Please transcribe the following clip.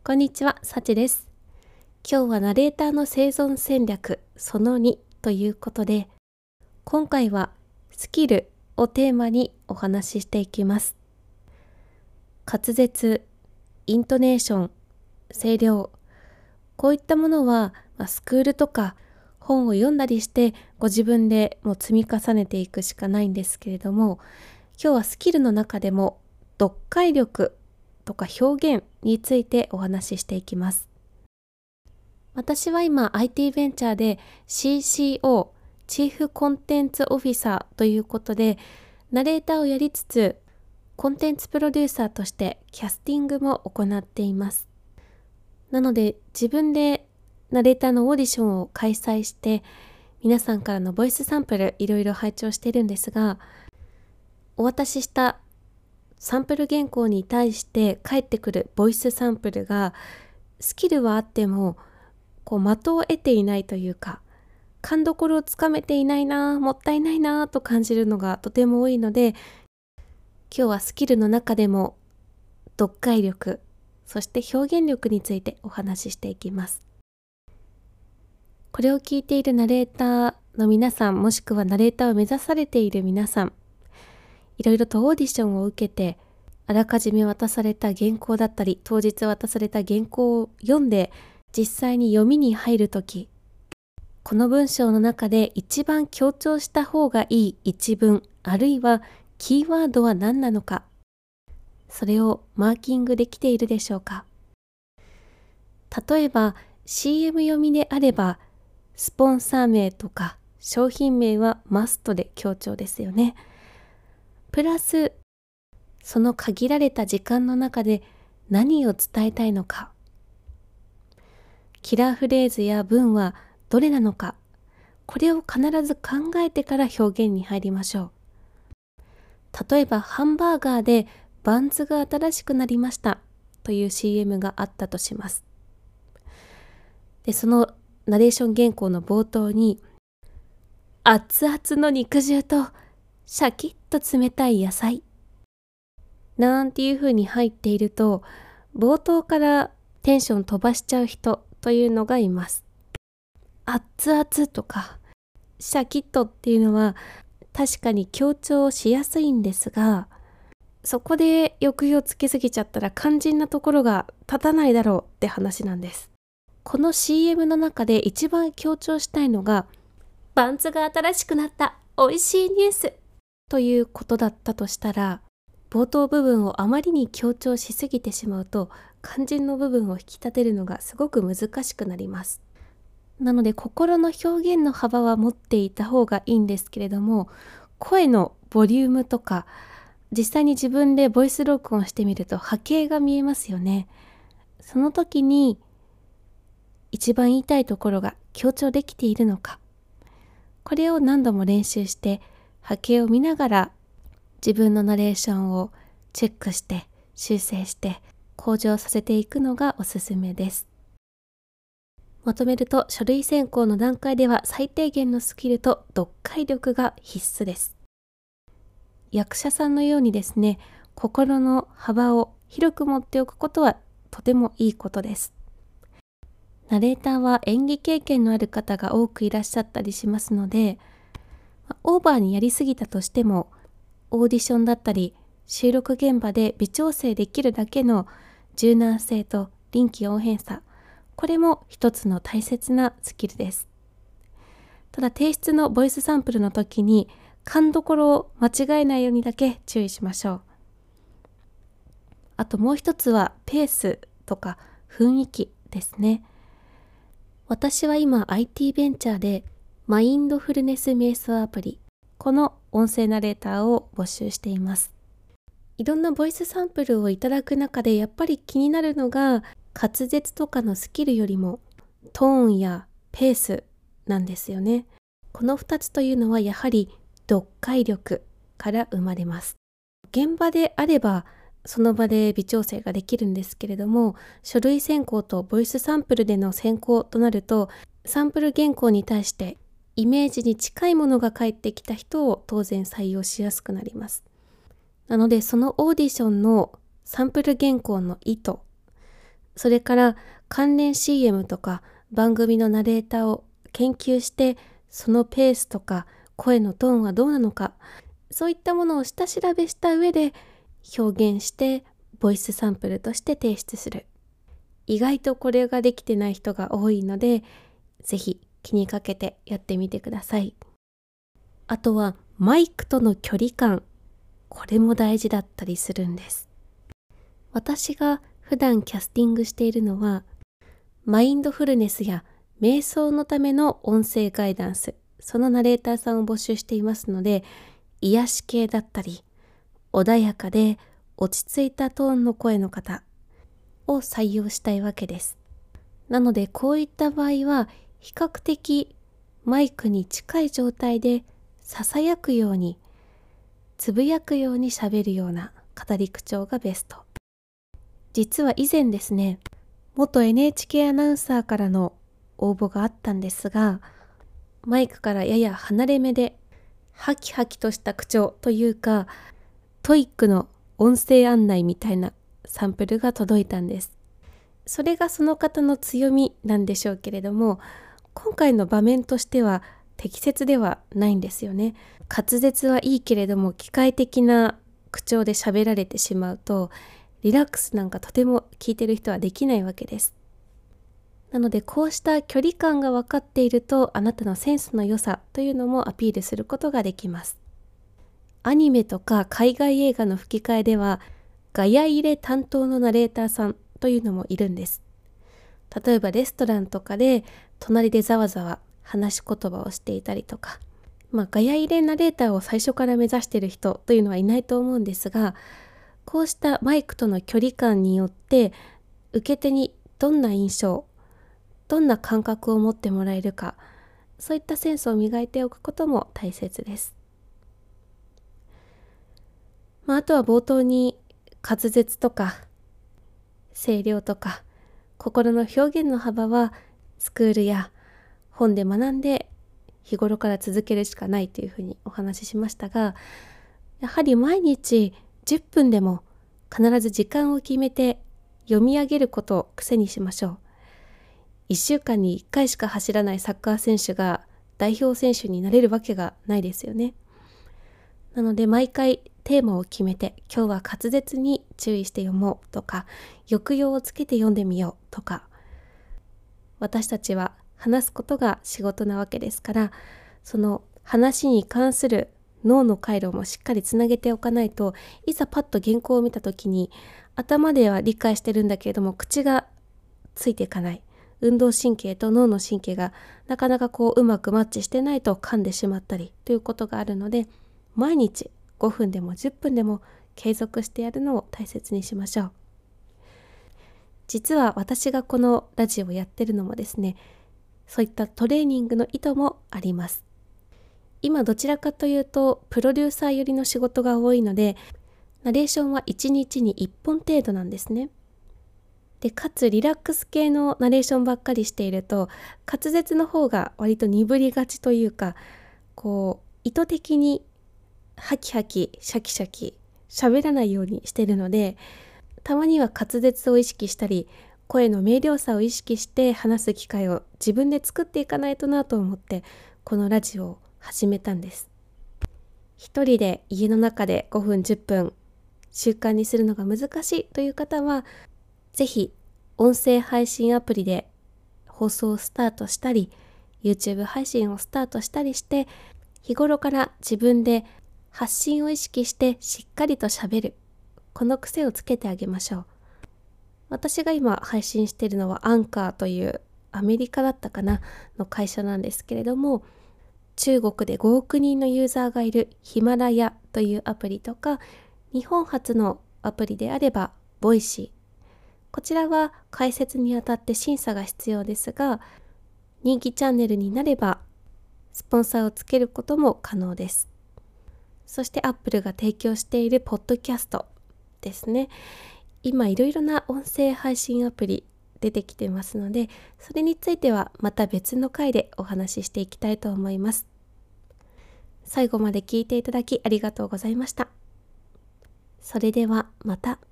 こんにちは、さちです。今日はナレーターの生存戦略その2ということで、今回はスキルをテーマにお話ししていきます。滑舌、イントネーション、声量、こういったものは、スクールとか本を読んだりしてご自分でもう積み重ねていくしかないんですけれども、今日はスキルの中でも読解力とか表現についてお話ししていきます。私は今 IT ベンチャーで CCO、チーフコンテンツオフィサーということで、ナレーターをやりつつ、コンテンツプロデューサーとしてキャスティングも行っています。なので自分でナレーターのオーディションを開催して、皆さんからのボイスサンプルいろいろ拝聴しているんですが、お渡ししたサンプル原稿に対して返ってくるボイスサンプルがスキルはあっても的を得ていないというか、勘どころをつかめていないな、もったいないなと感じるのがとても多いので、今日はスキルの中でも読解力、そして表現力についてお話ししていきます。これを聞いているナレーターの皆さん、もしくはナレーターを目指されている皆さん、いろいろとオーディションを受けて、あらかじめ渡された原稿だったり、当日渡された原稿を読んで、実際に読みに入るとき、この文章の中で一番強調した方がいい一文、あるいはキーワードは何なのか、それをマーキングできているでしょうか。例えば CM 読みであれば、スポンサー名とか商品名はマストで強調ですよね。プラス、その限られた時間の中で何を伝えたいのか。キラーフレーズや文はどれなのか。これを必ず考えてから表現に入りましょう。例えばハンバーガーでバンズが新しくなりましたという CM があったとします。で、そのナレーション原稿の冒頭に、熱々の肉汁とシャキッと冷たい野菜なんていう風に入っていると、冒頭からテンション飛ばしちゃう人というのがいます。熱々とかシャキッとっていうのは確かに強調しやすいんですが、そこで抑揚つけすぎちゃったら肝心なところが立たないだろうって話なんです。この CM の中で一番強調したいのが、バンズが新しくなった美味しいニュースということだったとしたら、冒頭部分をあまりに強調しすぎてしまうと、肝心の部分を引き立てるのがすごく難しくなります。なので心の表現の幅は持っていた方がいいんですけれども、声のボリュームとか、実際に自分でボイス録音してみると波形が見えますよね。その時に一番言いたいところが強調できているのか。これを何度も練習して波形を見ながら自分のナレーションをチェックして修正して向上させていくのがおすすめです。まとめると、書類選考の段階では最低限のスキルと読解力が必須です。役者さんのようにですね、心の幅を広く持っておくことはとてもいいことです。ナレーターは演技経験のある方が多くいらっしゃったりしますので、オーバーにやりすぎたとしても、オーディションだったり収録現場で微調整できるだけの柔軟性と臨機応変さ、これも一つの大切なスキルです。ただ提出のボイスサンプルの時に勘どころを間違えないようにだけ注意しましょう。あともう一つはペースとか雰囲気ですね。私は今 IT ベンチャーでマインドフルネス瞑想アプリ、この音声ナレーターを募集しています。いろんなボイスサンプルをいただく中でやっぱり気になるのが、滑舌とかのスキルよりもトーンやペースなんですよね。この2つというのはやはり読解力から生まれます。現場であればその場で微調整ができるんですけれども、書類選考とボイスサンプルでの選考となると、サンプル原稿に対してイメージに近いものが返ってきた人を当然採用しやすくなります。なのでそのオーディションのサンプル原稿の意図、 それから関連 CM とか番組のナレーターを研究して、そのペースとか声のトーンはどうなのか、そういったものを下調べした上で表現してボイスサンプルとして提出する。意外とこれができてない人が多いので、ぜひ気にかけてやってみてください。あとはマイクとの距離感、これも大事だったりするんです。私が普段キャスティングしているのは、マインドフルネスや瞑想のための音声ガイダンス、そのナレーターさんを募集していますので、癒し系だったり、穏やかで落ち着いたトーンの声の方を採用したいわけです。なのでこういった場合は、比較的マイクに近い状態で囁くように、つぶやくように喋るような語り口調がベスト。実は以前ですね、元 NHK アナウンサーからの応募があったんですが、マイクからやや離れ目でハキハキとした口調というか、トイックの音声案内みたいなサンプルが届いたんです。それがその方の強みなんでしょうけれども、今回の場面としては適切ではないんですよね。滑舌はいいけれども機械的な口調で喋られてしまうと、リラックスなんかとても聞いてる人はできないわけです。なのでこうした距離感が分かっていると、あなたのセンスの良さというのもアピールすることができます。アニメとか海外映画の吹き替えでは、ガヤ入れ担当のナレーターさんというのもいるんです。例えばレストランとかで隣でざわざわ話し言葉をしていたりとか、ガヤ入れナレーターを最初から目指している人というのはいないと思うんですが、こうしたマイクとの距離感によって受け手にどんな印象、どんな感覚を持ってもらえるか、そういったセンスを磨いておくことも大切です。あとは冒頭に滑舌とか声量とか心の表現の幅はスクールや本で学んで日頃から続けるしかないというふうにお話ししましたが、やはり毎日10分でも必ず時間を決めて読み上げることを癖にしましょう。1週間に1回しか走らないサッカー選手が代表選手になれるわけがないですよね。なので毎回テーマを決めて、今日は滑舌に注意して読もうとか、抑揚をつけて読んでみようとか、私たちは話すことが仕事なわけですから、その話に関する脳の回路もしっかりつなげておかないと、いざパッと原稿を見た時に頭では理解してるんだけれども口がついていかない、運動神経と脳の神経がなかなかうまくマッチしてないと噛んでしまったりということがあるので、毎日5分でも10分でも継続してやるのを大切にしましょう。実は私がこのラジオをやってるのもですね、そういったトレーニングの意図もあります。今どちらかというとプロデューサー寄りの仕事が多いので、ナレーションは1日に1本程度なんですね。で、かつリラックス系のナレーションばっかりしていると、滑舌の方が割と鈍りがちというか、意図的にハキハキシャキシャキ喋らないようにしているので、たまには滑舌を意識したり、声の明瞭さを意識して話す機会を自分で作っていかないとなと思って、このラジオを始めたんです。一人で家の中で5分10分習慣にするのが難しいという方は、ぜひ音声配信アプリで放送をスタートしたり、YouTube 配信をスタートしたりして、日頃から自分で発信を意識してしっかりと喋る、この癖をつけてあげましょう。私が今配信しているのはアンカーというアメリカだったかなの会社なんですけれども、中国で5億人のユーザーがいるヒマラヤというアプリとか、日本初のアプリであればボイシー、こちらは開設にあたって審査が必要ですが、人気チャンネルになればスポンサーをつけることも可能です。そして Apple が提供しているポッドキャストですね。今いろいろな音声配信アプリ出てきてますので、それについてはまた別の回でお話ししていきたいと思います。最後まで聞いていただきありがとうございました。それではまた。